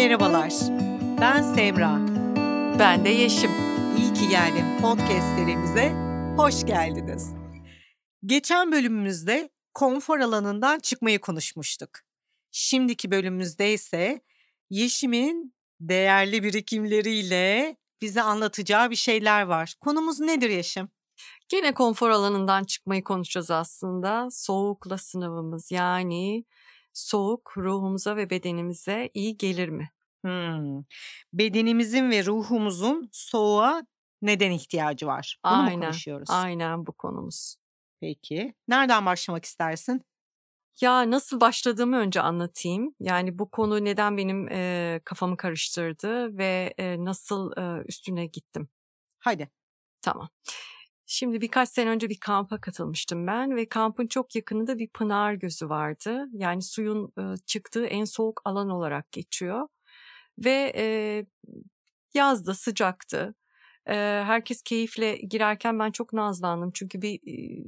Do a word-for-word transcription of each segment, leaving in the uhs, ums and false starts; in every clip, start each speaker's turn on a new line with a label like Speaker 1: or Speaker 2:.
Speaker 1: Merhabalar, ben Semra.
Speaker 2: Ben de Yeşim.
Speaker 1: İyi ki geldin podcastlerimize, hoş geldiniz. Geçen bölümümüzde konfor alanından çıkmayı konuşmuştuk. Şimdiki bölümümüzde ise Yeşim'in değerli birikimleriyle bize anlatacağı bir şeyler var. Konumuz nedir Yeşim?
Speaker 2: Gene konfor alanından çıkmayı konuşacağız aslında. Soğukla sınavımız, yani soğuk ruhumuza ve bedenimize iyi gelir mi?
Speaker 1: Hmm. Bedenimizin ve ruhumuzun soğuğa neden ihtiyacı var? Bunu
Speaker 2: Aynen,
Speaker 1: mu konuşuyoruz?
Speaker 2: aynen bu konumuz.
Speaker 1: Peki, nereden başlamak istersin?
Speaker 2: Ya nasıl başladığımı önce anlatayım. Yani bu konu neden benim e, kafamı karıştırdı ve e, nasıl e, üstüne gittim.
Speaker 1: Hadi.
Speaker 2: Tamam. Şimdi birkaç sene önce bir kampa katılmıştım ben ve kampın çok yakınında bir pınar gözü vardı. Yani suyun e, çıktığı en soğuk alan olarak geçiyor. Ve e, yazdı, sıcaktı. E, herkes keyifle girerken ben çok nazlandım. Çünkü bir e,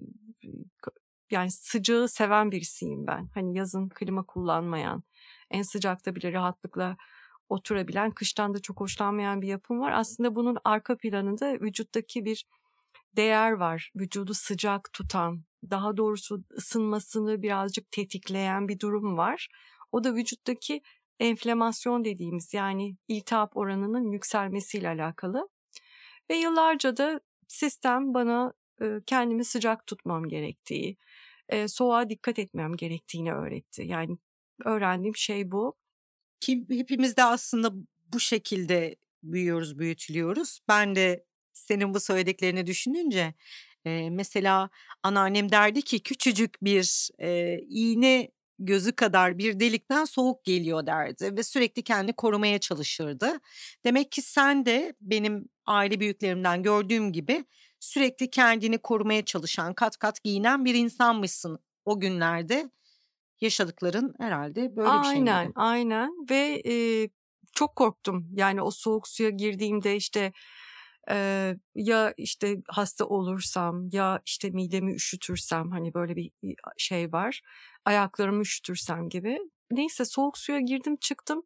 Speaker 2: yani sıcağı seven birisiyim ben. Hani yazın klima kullanmayan, en sıcakta bile rahatlıkla oturabilen, kıştan da çok hoşlanmayan bir yapım var. Aslında bunun arka planında vücuttaki bir değer var. Vücudu sıcak tutan, daha doğrusu ısınmasını birazcık tetikleyen bir durum var. O da vücuttaki enflamasyon dediğimiz, yani iltihap oranının yükselmesiyle alakalı. Ve yıllarca da sistem bana e, kendimi sıcak tutmam gerektiği, e, soğuğa dikkat etmem gerektiğini öğretti. Yani öğrendiğim şey bu.
Speaker 1: Ki hepimiz de aslında bu şekilde büyüyoruz, büyütülüyoruz. Ben de senin bu söylediklerini düşününce e, mesela anneannem derdi ki küçücük bir e, iğne gözü kadar bir delikten soğuk geliyor derdi ve sürekli kendini korumaya çalışırdı. Demek ki sen de benim aile büyüklerimden gördüğüm gibi sürekli kendini korumaya çalışan, kat kat giyinen bir insanmışsın o günlerde. Yaşadıkların herhalde böyle bir şey
Speaker 2: Aynen,
Speaker 1: miydi?
Speaker 2: aynen ve e, çok korktum. Yani o soğuk suya girdiğimde işte e, ya işte hasta olursam, ya işte midemi üşütürsem, hani böyle bir şey var. Ayaklarımı üşütürsem gibi. Neyse, soğuk suya girdim çıktım.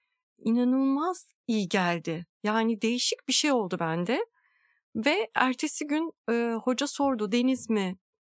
Speaker 2: İnanılmaz iyi geldi. Yani değişik bir şey oldu bende. Ve ertesi gün e, hoca sordu, deniz mi,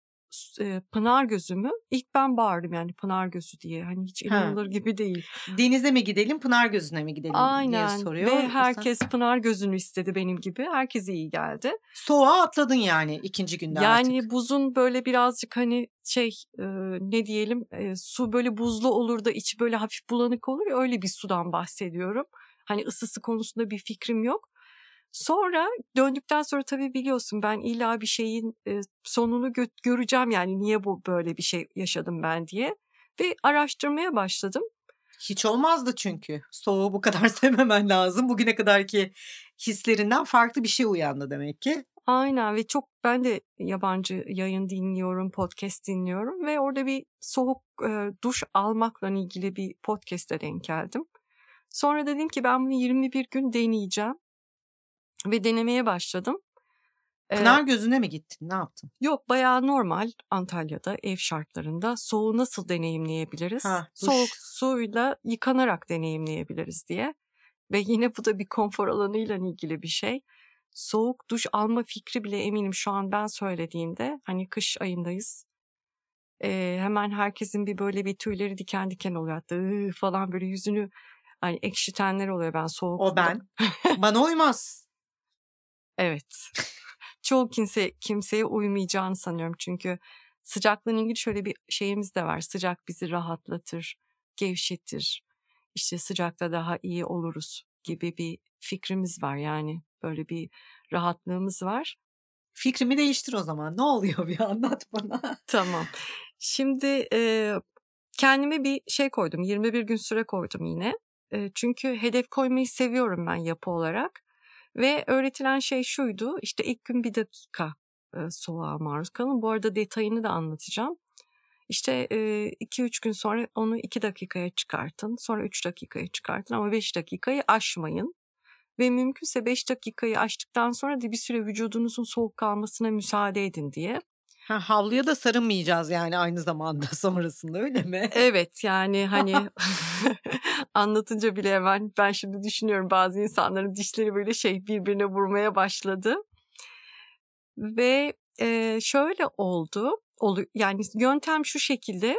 Speaker 2: e, pınar gözü mü? İlk ben bağırdım, yani pınar gözü diye. Hani hiç
Speaker 1: Ha.
Speaker 2: inanılır gibi değil.
Speaker 1: Denize mi gidelim, Pınar Gözü'ne mi gidelim diye
Speaker 2: Aynen ve
Speaker 1: soruyor. Sen
Speaker 2: herkes pınar gözünü istedi benim gibi. Herkese iyi geldi.
Speaker 1: soğuğa atladın yani ikinci günde artık.
Speaker 2: Yani buzun böyle birazcık hani şey e, ne diyelim, e, su böyle buzlu olur da içi böyle hafif bulanık olur ya, öyle bir sudan bahsediyorum. Hani ısısı konusunda bir fikrim yok. Sonra döndükten sonra tabii biliyorsun, ben illa bir şeyin e, sonunu gö- göreceğim, yani niye bu böyle bir şey yaşadım ben diye. Ve araştırmaya başladım.
Speaker 1: Hiç olmazdı çünkü. Soğuğu bu kadar sevmemen lazım. Bugüne kadarki hislerinden farklı bir şey uyandı demek ki.
Speaker 2: Aynen ve çok, ben de yabancı yayın dinliyorum, podcast dinliyorum ve orada bir soğuk e, duş almakla ilgili bir podcast'e denk geldim. Sonra dedim ki ben bunu yirmi bir gün deneyeceğim ve denemeye başladım.
Speaker 1: Pınar
Speaker 2: Ee,
Speaker 1: Gözü'ne mi gittin? Ne yaptın?
Speaker 2: yok, bayağı normal Antalya'da ev şartlarında soğuğu nasıl deneyimleyebiliriz?
Speaker 1: Ha,
Speaker 2: Soğuk
Speaker 1: duş.
Speaker 2: suyla yıkanarak deneyimleyebiliriz diye. Ve yine bu da bir konfor alanıyla ilgili bir şey. Soğuk duş alma fikri bile, eminim şu an ben söylediğimde, hani kış ayındayız. Ee, hemen herkesin bir böyle bir tüyleri diken diken oluyor. Hatta "Iı" falan böyle yüzünü hani ekşitenler oluyor, ben
Speaker 1: O
Speaker 2: soğukta.
Speaker 1: ben. Bana uymaz.
Speaker 2: Evet. Çoğu kimse kimseye uymayacağını sanıyorum. Çünkü sıcakla ilgili şöyle bir şeyimiz de var. Sıcak bizi rahatlatır, gevşetir. İşte sıcakta daha iyi oluruz gibi bir fikrimiz var. Yani böyle bir rahatlığımız var.
Speaker 1: Fikrimi değiştir o zaman. Ne oluyor, bir anlat bana.
Speaker 2: Tamam. Şimdi e, kendime bir şey koydum. yirmi bir gün süre koydum yine. E, çünkü hedef koymayı seviyorum ben yapı olarak. Ve öğretilen şey şuydu: işte ilk gün bir dakika e, soğuğa maruz kalın. Bu arada detayını da anlatacağım. İşte iki üç gün sonra onu iki dakikaya çıkartın. Sonra üç dakikaya çıkartın ama beş dakikayı aşmayın. Ve mümkünse beş dakikayı aştıktan sonra da bir süre vücudunuzun soğuk kalmasına müsaade edin diye.
Speaker 1: Ha, havluya da sarılmayacağız yani aynı zamanda sonrasında, öyle mi?
Speaker 2: Evet, yani, hani, anlatınca bile hemen ben şimdi düşünüyorum bazı insanların dişleri böyle şey birbirine vurmaya başladı. Ve, eee, şöyle oldu, olu yani yöntem şu şekilde,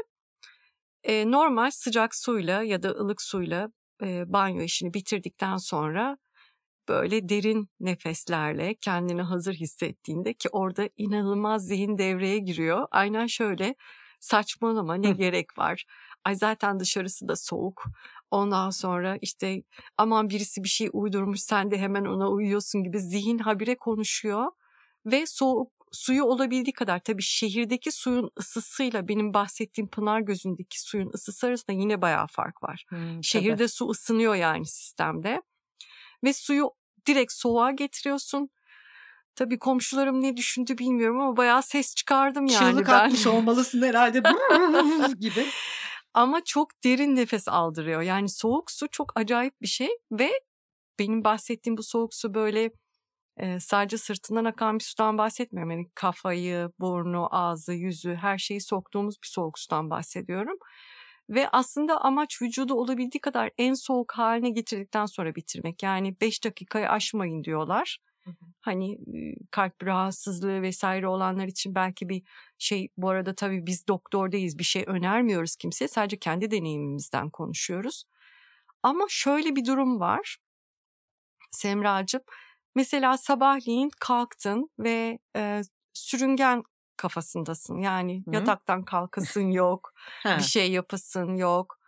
Speaker 2: eee, normal sıcak suyla ya da ılık suyla, eee, banyo işini bitirdikten sonra böyle derin nefeslerle kendini hazır hissettiğinde ki orada inanılmaz zihin devreye giriyor. Aynen şöyle, saçmalama ne
Speaker 1: Hıh.
Speaker 2: gerek var? Ay zaten dışarısı da soğuk. Ondan sonra işte aman birisi bir şey uydurmuş sen de hemen ona uyuyorsun gibi zihin habire konuşuyor. Ve soğuk suyu olabildiği kadar tabii şehirdeki suyun ısısıyla benim bahsettiğim Pınargözü'ndeki suyun ısısı arasında yine bayağı fark var.
Speaker 1: Hımm, tabii.
Speaker 2: Şehirde su ısınıyor yani sistemde. Ve suyu direkt soğuğa getiriyorsun. Tabii komşularım ne düşündü bilmiyorum ama bayağı ses çıkardım
Speaker 1: Çığlık
Speaker 2: yani ben.
Speaker 1: atmış olmalısın herhâlde gibi.
Speaker 2: Ama çok derin nefes aldırıyor. Yani soğuk su çok acayip bir şey ve benim bahsettiğim bu soğuk su böyle, eee, sadece sırtından akan bir sudan bahsetmiyorum. Yani kafayı, burnu, ağzı, yüzü her şeyi soktuğumuz bir soğuk sudan bahsediyorum. Ve aslında amaç vücudu olabildiği kadar en soğuk hâline getirdikten sonra bitirmek. Yani beş dakikayı aşmayın diyorlar.
Speaker 1: Hı hı.
Speaker 2: Hani, eee, kalp rahatsızlığı vesaire olanlar için belki bir şey. Bu arada tabii biz doktor değiliz, bir şey önermiyoruz kimseye. Sadece kendi deneyimimizden konuşuyoruz. Ama şöyle bir durum var Semracığım. Mesela sabahleyin kalktın ve, eee, sürüngen kafasındasın. Yani
Speaker 1: Hı.
Speaker 2: yataktan kalkasın yok, bir
Speaker 1: He.
Speaker 2: şey yapasın yok.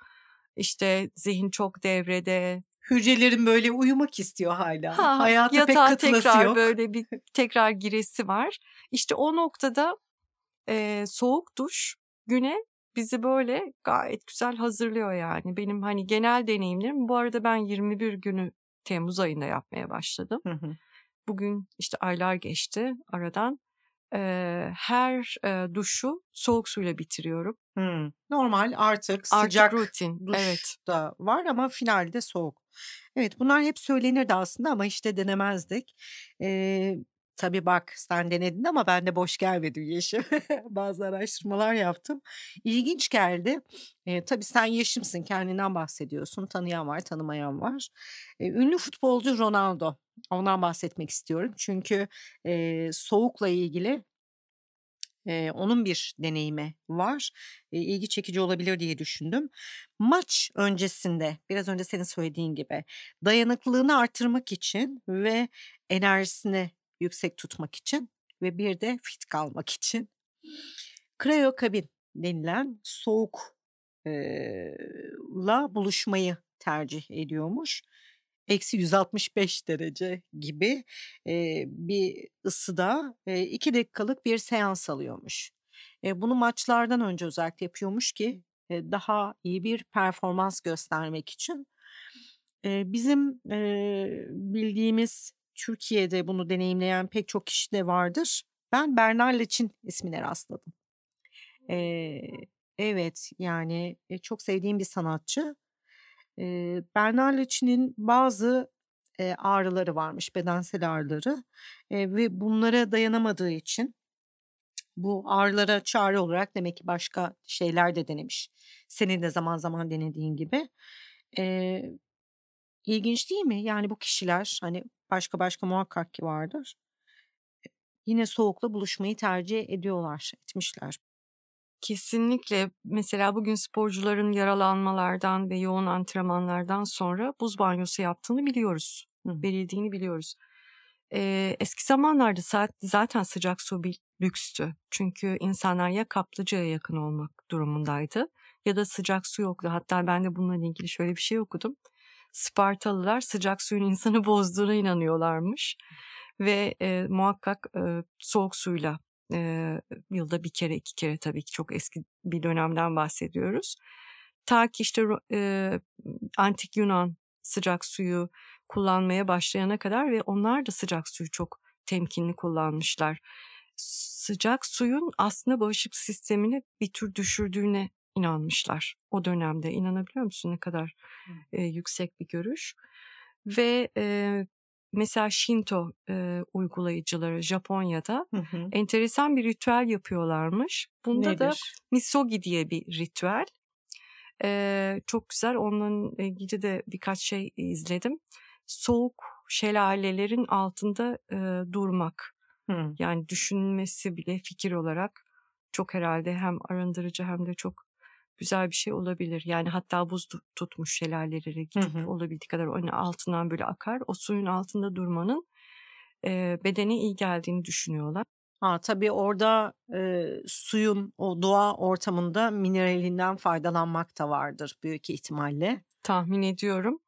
Speaker 2: İşte zihin çok devrede.
Speaker 1: Hücrelerin böyle uyumak istiyor hâlâ.
Speaker 2: Ha,
Speaker 1: Hayata pek
Speaker 2: yatağa
Speaker 1: katılası
Speaker 2: tekrar
Speaker 1: yok.
Speaker 2: böyle bir tekrar giresi var. İşte o noktada, eee, soğuk duş güne bizi böyle gayet güzel hazırlıyor yani. Benim, hani, genel deneyimlerim. Bu arada ben yirmi bir günü temmuz ayında yapmaya başladım.
Speaker 1: Hı hı.
Speaker 2: Bugün, işte, aylar geçti aradan. Eee, her, eee, duşu soğuk suyla bitiriyorum.
Speaker 1: Hımm. Normal artık
Speaker 2: Artık
Speaker 1: sıcak
Speaker 2: rutin,
Speaker 1: duş
Speaker 2: evet.
Speaker 1: da var ama finalde soğuk. Evet, bunlar hep söylenirdi aslında ama işte denemezdik. Eee, tabii bak sen denedin ama ben de boş gelmedim Yeşim. Bazı araştırmalar yaptım. İlginç geldi. Eee, tabii sen Yeşim'sin, kendinden bahsediyorsun. Tanıyan var, tanımayan var. Eee, ünlü futbolcu Ronaldo. Ondan bahsetmek istiyorum. Çünkü, eee, soğukla ilgili Eee, onun bir deneyimi var. Eee, ilgi çekici olabilir diye düşündüm. Maç öncesinde, biraz önce senin söylediğin gibi, dayanıklılığını artırmak için ve enerjisini yüksek tutmak için ve bir de fit kalmak için kriyokabin denilen soğuk eee, la buluşmayı tercih ediyormuş. Eksi yüz altmış beş derece gibi, eee, bir ısıda, eee, iki dakikalık bir seans alıyormuş. Eee, bunu maçlardan önce özellikle yapıyormuş ki, eee, daha iyi bir performans göstermek için. Eee, bizim, eee, bildiğimiz Türkiye'de bunu deneyimleyen pek çok kişi de vardır. Ben Bernarlaçin ismine rastladım. Eee, evet, yani, eee, çok sevdiğim bir sanatçı. Eee, Bernarlaçin'in bazı, eee, ağrıları varmış, bedensel ağrıları, eee, ve bunlara dayanamadığı için bu ağrılara çare olarak demek ki başka şeyler de denemiş. Senin de zaman zaman denediğin gibi. Eee, ilginç değil mi? Yani bu kişiler, hani, başka başka muhakkak ki vardır. Yine soğukla buluşmayı tercih ediyorlar, etmişler.
Speaker 2: Kesinlikle. Mesela bugün sporcuların yaralanmalardan ve yoğun antrenmanlardan sonra buz banyosu yaptığını biliyoruz.
Speaker 1: Hı hı.
Speaker 2: Verildiğini biliyoruz. Eee, eski zamanlarda saat zaten sıcak su bir lükstü. Çünkü insanlar ya kaplıcaya yakın olmak durumundaydı ya da sıcak su yoktu. Hatta ben de bununla ilgili şöyle bir şey okudum. Spartalılar sıcak suyun insanı bozduğuna inanıyorlarmış ve, eee, muhakkak, eee, soğuk suyla, eee, yılda bir kere, iki kere tabii ki çok eski bir dönemden bahsediyoruz. Ta ki işte ro eee, antik Yunan sıcak suyu kullanmaya başlayana kadar ve onlar da sıcak suyu çok temkinli kullanmışlar. Sıcak suyun aslında bağışıklık sistemini bir tür düşürdüğüne inanmışlar o dönemde. İnanabiliyor musun ne kadar, eee, yüksek bir görüş ve, eee mesela Shinto e, uygulayıcıları Japonya'da
Speaker 1: Hı hı.
Speaker 2: enteresan bir ritüel yapıyorlarmış. Bunda da
Speaker 1: Nedir?
Speaker 2: misogi diye bir ritüel. E, çok güzel. Onunla ilgili de birkaç şey izledim. Soğuk şelalelerin altında e, durmak.
Speaker 1: Hı.
Speaker 2: Yani düşünmesi bile fikir olarak çok herhalde hem arındırıcı hem de çok güzel bir şey olabilir. Yani hatta buz tutmuş şelalelere
Speaker 1: Hı
Speaker 2: gidip
Speaker 1: hı.
Speaker 2: olabildiği kadar onun altından böyle akar. O suyun altında durmanın e, bedene iyi geldiğini düşünüyorlar.
Speaker 1: Ha, tabii orada e, suyun o doğa ortamında mineralinden faydalanmak da vardır büyük ihtimalle.
Speaker 2: Tahmin ediyorum.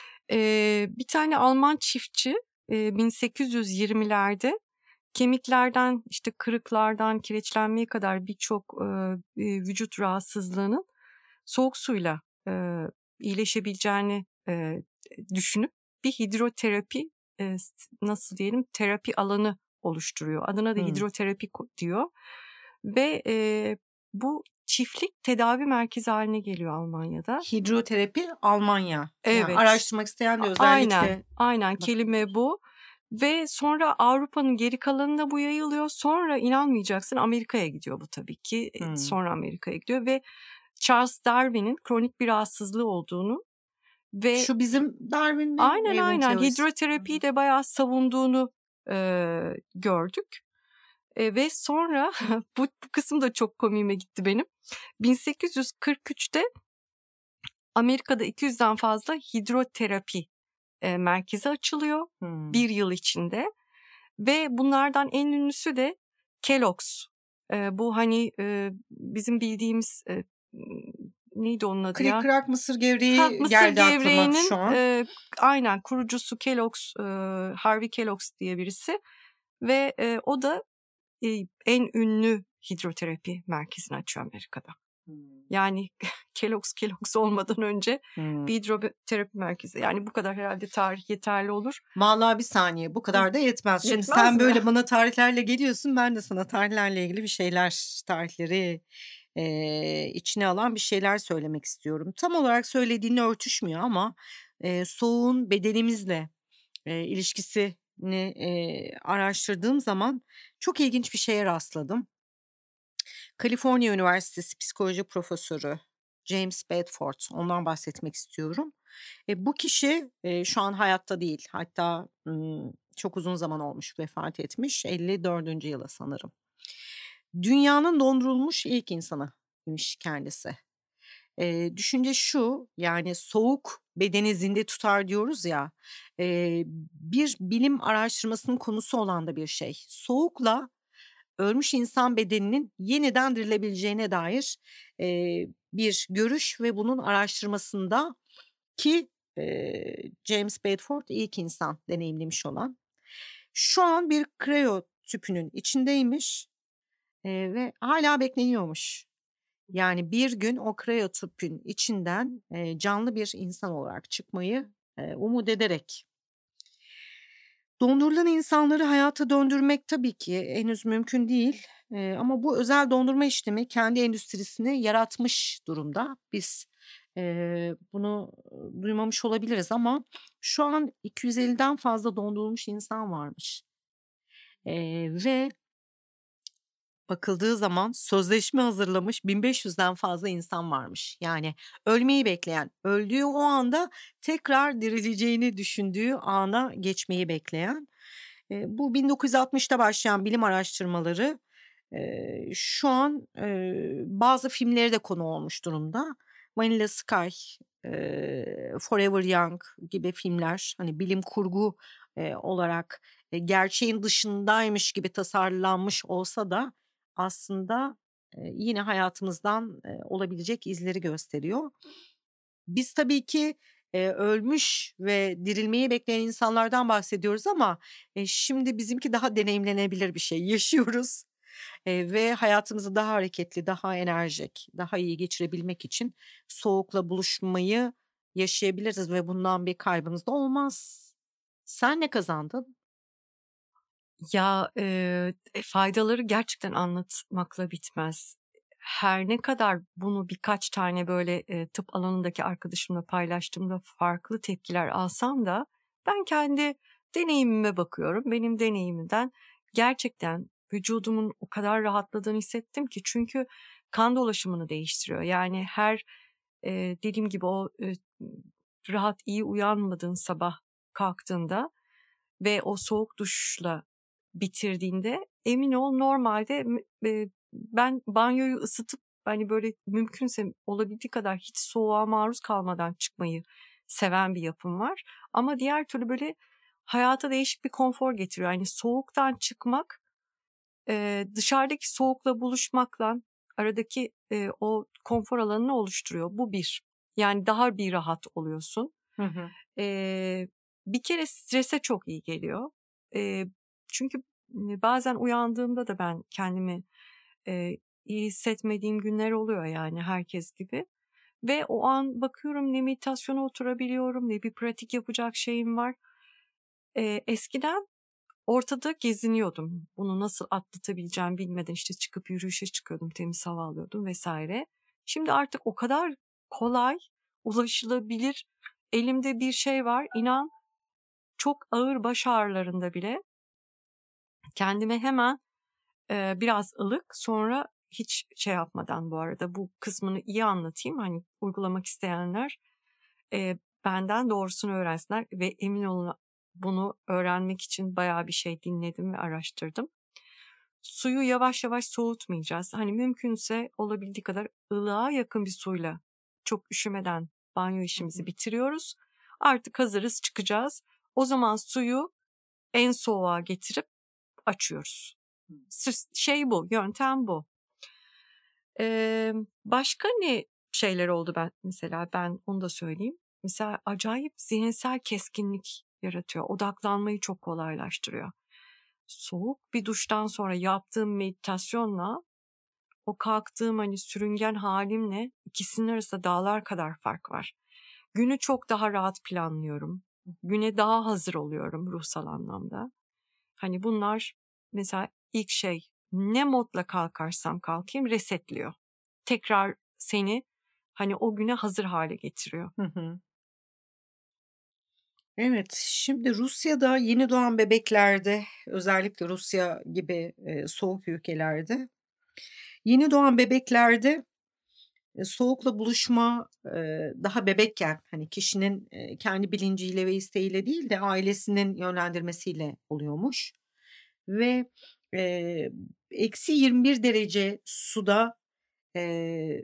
Speaker 2: E, bir tane Alman çiftçi e, bin sekiz yüz yirmilerde kemiklerden, işte kırıklardan, kireçlenmeye kadar birçok e, vücut rahatsızlığının soğuk suyla e, iyileşebileceğini e, düşünüp bir hidroterapi e, nasıl diyelim terapi alanı oluşturuyor. Adına da
Speaker 1: Hı.
Speaker 2: hidroterapi diyor ve e, bu çiftlik tedavi merkezi haline geliyor Almanya'da.
Speaker 1: Hidroterapi Almanya. Yani
Speaker 2: Evet,
Speaker 1: araştırmak isteyen de
Speaker 2: aynen,
Speaker 1: özellikle
Speaker 2: aynen
Speaker 1: bak.
Speaker 2: kelime bu. Ve sonra Avrupa'nın geri kalanına bu yayılıyor. Sonra inanmayacaksın Amerika'ya gidiyor bu tabii ki.
Speaker 1: Hı.
Speaker 2: Sonra Amerika'ya gidiyor ve Charles Darwin'in kronik bir rahatsızlığı olduğunu ve
Speaker 1: Şu bizim Darwin mi?
Speaker 2: aynen
Speaker 1: Evrim
Speaker 2: aynen
Speaker 1: teorisi.
Speaker 2: hidroterapiyi de bayağı savunduğunu e, gördük. E, ve sonra bu, bu kısım da çok komiğime gitti benim. bin sekiz yüz kırk üçte Amerika'da iki yüzden fazla hidroterapi e, merkezi açılıyor
Speaker 1: Hmm.
Speaker 2: bir yıl içinde ve bunlardan en ünlüsü de Kellogg's. E, bu hani e, bizim bildiğimiz e, neydi onun adı
Speaker 1: Krik
Speaker 2: ya?
Speaker 1: krak mısır
Speaker 2: Ha,
Speaker 1: gevreği
Speaker 2: mısır
Speaker 1: geldi aklıma
Speaker 2: gevreğinin
Speaker 1: şu an.
Speaker 2: e, aynen kurucusu Kellogg's, e, Harvey Kellogg diye birisi ve e, o da e, en ünlü hidroterapi merkezini açıyor Amerika'da.
Speaker 1: Hmm.
Speaker 2: Yani Kellogg's Kellogg's olmadan önce
Speaker 1: Hmm.
Speaker 2: bir hidroterapi merkezi. Yani bu kadar herhalde tarih yeterli olur.
Speaker 1: Vallahi bir saniye bu kadar da yetmez. Şimdi
Speaker 2: Yetmez
Speaker 1: sen
Speaker 2: mi?
Speaker 1: böyle bana tarihlerle geliyorsun. Ben de sana tarihlerle ilgili bir şeyler, tarihleri e, içine alan bir şeyler söylemek istiyorum. Tam olarak söylediğini örtüşmüyor ama e, soğuğun bedenimizle e, ilişkisini e, araştırdığım zaman çok ilginç bir şeye rastladım. Kaliforniya Üniversitesi psikoloji profesörü James Bedford, ondan bahsetmek istiyorum. E, bu kişi e, şu an hayatta değil. Hatta ım, çok uzun zaman olmuş, vefat etmiş. elli dördüncü yılı sanırım. Dünyanın dondurulmuş ilk insanı demiş kendisi. E, düşünce şu, yani soğuk bedeni zinde tutar diyoruz ya. E, bir bilim araştırmasının konusu olan da bir şey. Soğukla ölmüş insan bedeninin yeniden dirilebileceğine dair eee, bir görüş ve bunun araştırmasında ki eee, James Bedford ilk insan deneyimlemiş olan. Şu an bir kryo tüpünün içindeymiş eee, ve hala bekleniyormuş. Yani bir gün o kryo tüpün içinden eee, canlı bir insan olarak çıkmayı eee, umut ederek. Dondurulan insanları hayata döndürmek tabii ki henüz mümkün değil. Eee, ama bu özel dondurma işlemi kendi endüstrisini yaratmış durumda. Biz, eee, bunu, ııı, duymamış olabiliriz ama şu an iki yüz elliden fazla dondurulmuş insan varmış. Eee, ve bakıldığı zaman sözleşme hazırlamış bin beş yüzden fazla insan varmış. Yani ölmeyi bekleyen, öldüğü o anda tekrar dirileceğini düşündüğü ana geçmeyi bekleyen. Eee, bu bin dokuz yüz altmışta başlayan bilim araştırmaları eee, şu an eee, bazı filmlere de konu olmuş durumda. Vanilla Sky, eee, Forever Young gibi filmler hani bilim kurgu eee, olarak e, gerçeğin dışındaymış gibi tasarlanmış olsa da aslında eee, yine hayatımızdan eee, olabilecek izleri gösteriyor. Biz tabii ki eee, ölmüş ve dirilmeyi bekleyen insanlardan bahsediyoruz ama e, şimdi bizimki daha deneyimlenebilir bir şey. Yaşıyoruz eee, ve hayatımızı daha hareketli, daha enerjik, daha iyi geçirebilmek için soğukla buluşmayı yaşayabiliriz ve bundan bir kaybımız da olmaz. Sen ne kazandın?
Speaker 2: Ya e, faydaları gerçekten anlatmakla bitmez. Her ne kadar bunu birkaç tane böyle e, tıp alanındaki arkadaşımla paylaştığımda farklı tepkiler alsam da ben kendi deneyimime bakıyorum. Benim deneyimimden gerçekten vücudumun o kadar rahatladığını hissettim ki çünkü kan dolaşımını değiştiriyor. Yani her e, dediğim gibi o e, rahat iyi uyanmadığın sabah kalktığında ve o soğuk duşla bitirdiğinde emin ol normalde e, ben banyoyu ısıtıp hani böyle mümkünse olabildiği kadar hiç soğuğa maruz kalmadan çıkmayı seven bir yapım var. Ama diğer türlü böyle hayata değişik bir konfor getiriyor. Yani soğuktan çıkmak e, dışarıdaki soğukla buluşmakla aradaki e, o konfor alanını oluşturuyor. Bu bir. Yani daha bir rahat oluyorsun.
Speaker 1: Hı hı.
Speaker 2: E, Bir kere strese çok iyi geliyor. E, çünkü bazen uyandığımda da ben kendimi e, iyi hissetmediğim günler oluyor yani herkes gibi. Ve o an bakıyorum ne meditasyona oturabiliyorum ne bir pratik yapacak şeyim var. E, eskiden ortada geziniyordum. Bunu nasıl atlatabileceğimi bilmeden işte çıkıp yürüyüşe çıkıyordum, temiz hava alıyordum vesaire. Şimdi artık o kadar kolay, ulaşılabilir elimde bir şey var. İnan çok ağır baş ağrılarında bile kendime hemen e, biraz ılık sonra hiç şey yapmadan bu arada bu kısmını iyi anlatayım. Hani uygulamak isteyenler e, benden doğrusunu öğrensinler ve emin olun bunu öğrenmek için bayağı bir şey dinledim ve araştırdım. Suyu yavaş yavaş soğutmayacağız. Hani mümkünse olabildiği kadar ılığa yakın bir suyla çok üşümeden banyo
Speaker 1: Hı
Speaker 2: işimizi
Speaker 1: hı.
Speaker 2: bitiriyoruz. Artık hazırız çıkacağız. O zaman suyu en soğuğa getirip açıyoruz. Şey bu, yöntem bu. Ee, başka ne şeyler oldu ben mesela ben onu da söyleyeyim. Mesela acayip zihinsel keskinlik yaratıyor. Odaklanmayı çok kolaylaştırıyor. Soğuk bir duştan sonra yaptığım meditasyonla o kalktığım hani sürüngen halimle ikisinin arasında dağlar kadar fark var. Günü çok daha rahat planlıyorum. Güne daha hazır oluyorum ruhsal anlamda. Hani bunlar mesela ilk şey ne modla kalkarsam kalkayım resetliyor. Tekrar seni hani o güne hazır hale getiriyor.
Speaker 1: Hı hı. Evet, şimdi Rusya'da yeni doğan bebeklerde, özellikle Rusya gibi, eee, soğuk ülkelerde, yeni doğan bebeklerde, eee, soğukla buluşma, eee, daha bebekken, hani, kişinin, eee, kendi bilinciyle ve isteğiyle değil de ailesinin yönlendirmesiyle oluyormuş ve, eee, eksi yirmi bir derece suda, eee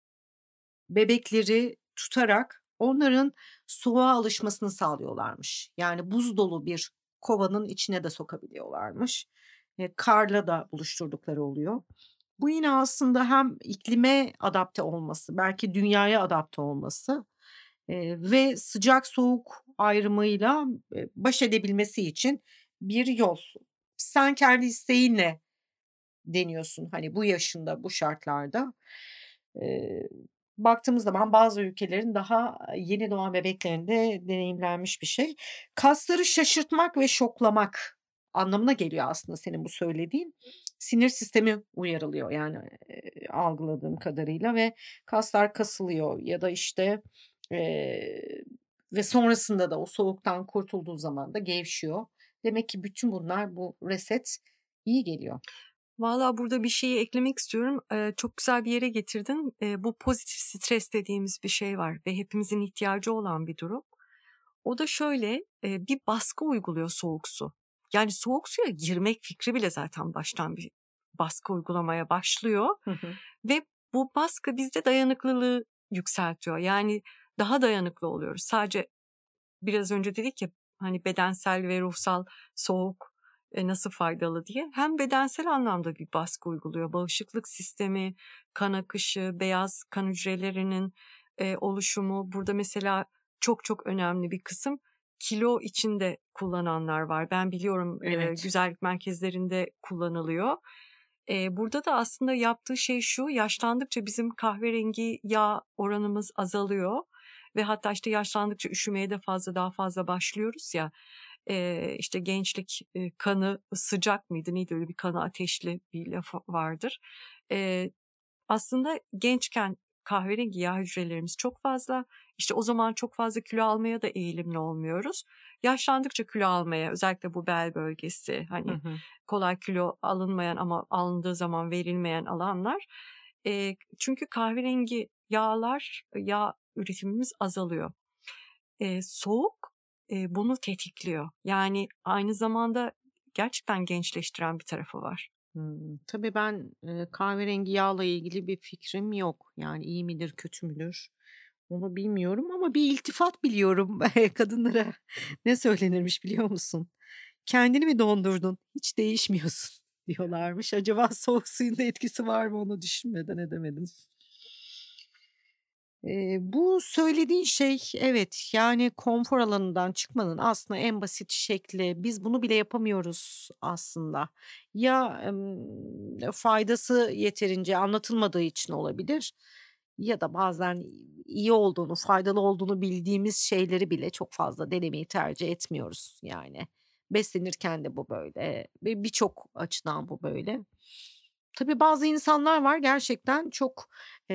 Speaker 1: bebekleri tutarak onların soğuğa alışmasını sağlıyorlarmış. Yani buz dolu bir kovanın içine de sokabiliyorlarmış. Eee, karla da buluşturdukları oluyor. Bu yine aslında hem iklime adapte olması, belki dünyaya adapte olması, eee, ve sıcak soğuk ayrımıyla, eee, baş edebilmesi için bir yol. Sen kendi isteğinle deniyorsun, hani, bu yaşında, bu şartlarda. Eee, Baktığımız zaman bazı ülkelerin daha yeni doğan bebeklerinde deneyimlenmiş bir şey. Kasları şaşırtmak ve şoklamak anlamına geliyor aslında senin bu söylediğin. Sinir sistemi uyarılıyor yani, eee, algıladığım kadarıyla ve kaslar kasılıyor ya da, işte, eee, ve sonrasında da o soğuktan kurtulduğu zaman da gevşiyor. Demek ki bütün bunlar bu reset iyi geliyor.
Speaker 2: Valla burada bir şeyi eklemek istiyorum. Ee, çok güzel bir yere getirdin. Ee, bu pozitif stres dediğimiz bir şey var ve hepimizin ihtiyacı olan bir durum. O da şöyle e, bir baskı uyguluyor soğuk su. Yani soğuk suya girmek fikri bile zaten baştan bir baskı uygulamaya başlıyor.
Speaker 1: Hı hı.
Speaker 2: Ve bu baskı bizde dayanıklılığı yükseltiyor. Yani daha dayanıklı oluyoruz. Sadece biraz önce dedik ya hani bedensel ve ruhsal soğuk e, nasıl faydalı diye. Hem bedensel anlamda bir baskı uyguluyor. Bağışıklık sistemi, kan akışı, beyaz kan hücrelerinin e, oluşumu. Burada mesela çok çok önemli bir kısım kilo içinde kullananlar var. Ben biliyorum e,
Speaker 1: Evet.
Speaker 2: güzellik merkezlerinde kullanılıyor. E, burada da aslında yaptığı şey şu, yaşlandıkça bizim kahverengi yağ oranımız azalıyor. Ve hatta işte yaşlandıkça üşümeye de fazla daha fazla başlıyoruz ya. E, işte gençlik e, kanı sıcak mıydı neydi öyle bir kanı ateşli bir laf vardır. E, Aslında gençken kahverengi yağ hücrelerimiz çok fazla. İşte o zaman çok fazla kilo almaya da eğilimli olmuyoruz. Yaşlandıkça kilo almaya, özellikle bu bel bölgesi,
Speaker 1: Hı
Speaker 2: hani
Speaker 1: hı.
Speaker 2: kolay kilo alınmayan ama alındığı zaman verilmeyen alanlar. Eee, çünkü kahverengi yağlar, yağ üretimimiz azalıyor. Eee, soğuk, eee, bunu tetikliyor. Yani aynı zamanda gerçekten gençleştiren bir tarafı var.
Speaker 1: Hımm. Tabii ben, eee, kahverengi yağla ilgili bir fikrim yok. Yani iyi midir, kötü müdür onu bilmiyorum ama bir iltifat biliyorum kadınlara. Ne söylenirmiş biliyor musun? "Kendini mi dondurdun? Hiç değişmiyorsun." diyorlarmış. Acaba soğuk suyun da etkisi var mı onu düşünmeden edemedim. Eee, bu söylediğin şey evet, yani konfor alanından çıkmanın aslında en basit şekli. Biz bunu bile yapamıyoruz aslında. Ya, emm, faydası yeterince anlatılmadığı için olabilir ya da bazen iyi olduğunu, faydalı olduğunu bildiğimiz şeyleri bile çok fazla denemeyi tercih etmiyoruz yani. Beslenirken de bu böyle ve birçok açıdan bu böyle. Tabii bazı insanlar var gerçekten çok,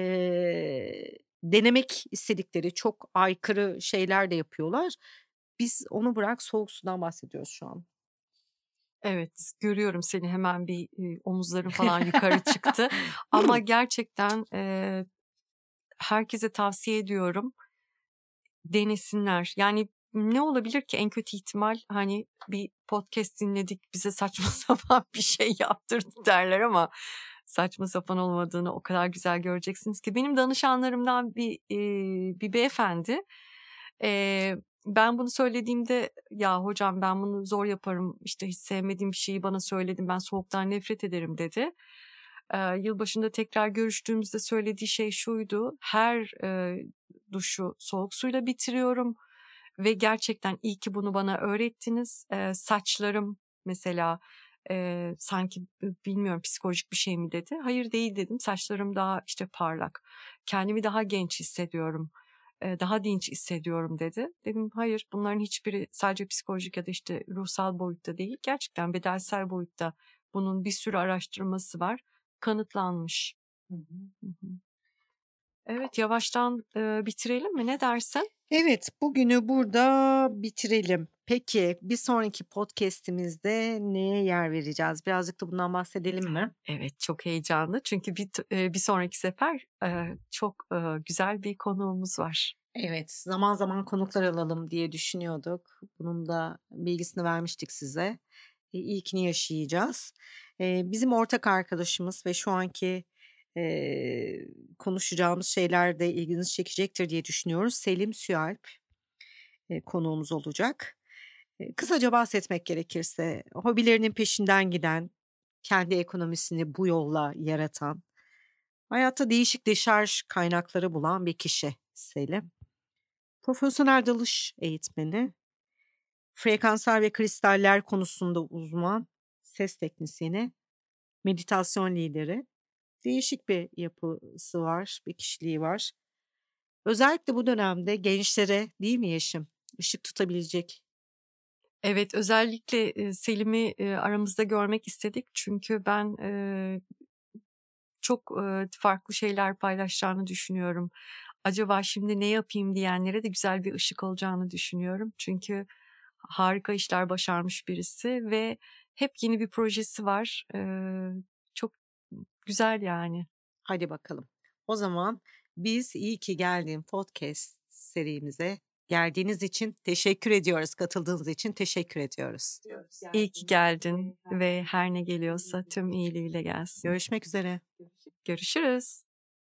Speaker 1: eee, denemek istedikleri çok aykırı şeyler de yapıyorlar. Biz onu bırak soğuk sudan bahsediyoruz şu an.
Speaker 2: Evet, görüyorum seni, hemen bir, eee, omuzların falan yukarı çıktı ama gerçekten, eee, herkese tavsiye ediyorum, denesinler. Yani ne olabilir ki? En kötü ihtimal, hani, bir podcast dinledik, bize saçma sapan bir şey yaptırdı derler ama saçma sapan olmadığını o kadar güzel göreceksiniz ki. Benim danışanlarımdan bir, eee, bir beyefendi, eee, ben bunu söylediğimde, "Ya hocam ben bunu zor yaparım, işte hiç sevmediğim bir şeyi bana söyledin, ben soğuktan nefret ederim." dedi. Eee, yılbaşında tekrar görüştüğümüzde söylediği şey şuydu: "Her, eee, duşu soğuk suyla bitiriyorum ve gerçekten iyi ki bunu bana öğrettiniz." Eee, saçlarım mesela, eee, sanki b bilmiyorum psikolojik bir şey mi dedi. "Hayır, değil." dedim. "Saçlarım daha, işte, parlak. Kendimi daha genç hissediyorum, eee, daha dinç hissediyorum." dedi. Dedim, "Hayır, bunların hiçbiri sadece psikolojik ya da, işte, ruhsal boyutta değil, gerçekten bedensel boyutta bunun bir sürü araştırması var, kanıtlanmış."
Speaker 1: Hı hı.
Speaker 2: Hı hı. Evet, yavaştan, eee, bitirelim mi? Ne dersin?
Speaker 1: Evet, bugünü burada bitirelim. Peki, bir sonraki podcast'imizde neye yer vereceğiz? Birazcık da bundan bahsedelim mi?
Speaker 2: Evet, çok heyecanlı çünkü bir t eee, bir sonraki sefer, eee, çok, eee, güzel bir konuğumuz var.
Speaker 1: Evet, zaman zaman konuklar alalım diye düşünüyorduk. Bunun da bilgisini vermiştik size. İ ilkini yaşayacağız. Eee, bizim ortak arkadaşımız ve şu anki, eee, konuşacağımız şeyler de ilginizi çekecektir diye düşünüyoruz. Selim Süalp, eee, konuğumuz olacak. Eee, kısaca bahsetmek gerekirse hobilerinin peşinden giden, kendi ekonomisini bu yolla yaratan, hayatta değişik deşarj kaynakları bulan bir kişi Selim. Profesyonel dalış eğitmeni, frekanslar ve kristaller konusunda uzman, ses teknisyeni, meditasyon lideri. Değişik bir yapısı var, bir kişiliği var. Özellikle bu dönemde gençlere değil mi Yeşim? Işık tutabilecek.
Speaker 2: Evet, özellikle, eee, Selim'i, eee, aramızda görmek istedik çünkü ben, eee, çok, eee, farklı şeyler paylaşacağını düşünüyorum. Acaba şimdi ne yapayım diyenlere de güzel bir ışık olacağını düşünüyorum. Çünkü harika işler başarmış birisi ve hep yeni bir projesi var. Eee, çok güzel yani.
Speaker 1: Hadi bakalım. O zaman biz iyi ki geldin podcast serimize geldiğiniz için teşekkür ediyoruz. Katıldığınız için teşekkür ediyoruz.
Speaker 2: İyi ki geldin ve her ne geliyorsa tüm iyiliğiyle gelsin.
Speaker 1: Görüşmek üzere.
Speaker 2: Görüşürüz.